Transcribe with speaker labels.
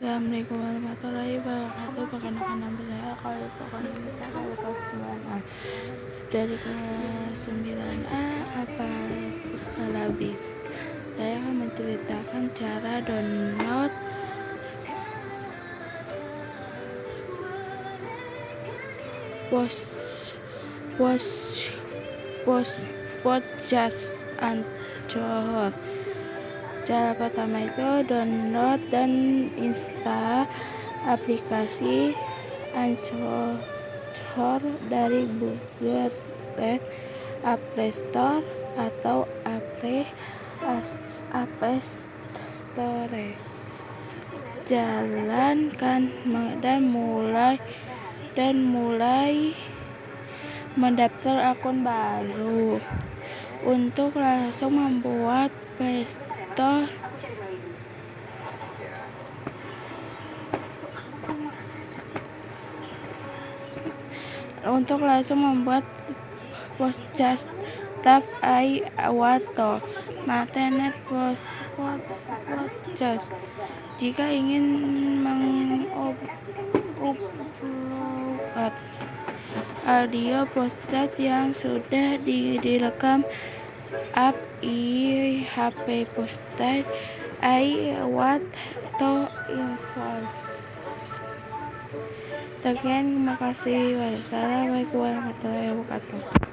Speaker 1: Assalamualaikum warahmatullahi wabarakatuh. Perkenalkan nama saya Khalifah Nisa dari kelas 9A. Dari kelas 9A apa lebih? Saya akan menceritakan cara download podcast Anchor. Cara pertama itu download dan install aplikasi Anchor dari Google Play Store atau Apple Store. Jalankan dan mulai mendaftar akun baru. Untuk langsung membuat Play Store podcast tap wato Matenet podcast. Jika ingin mengupload audio podcast yang sudah direkam HP podcast wato info. Sekian, terima kasih. Wassalamualaikum warahmatullahi wabarakatuh.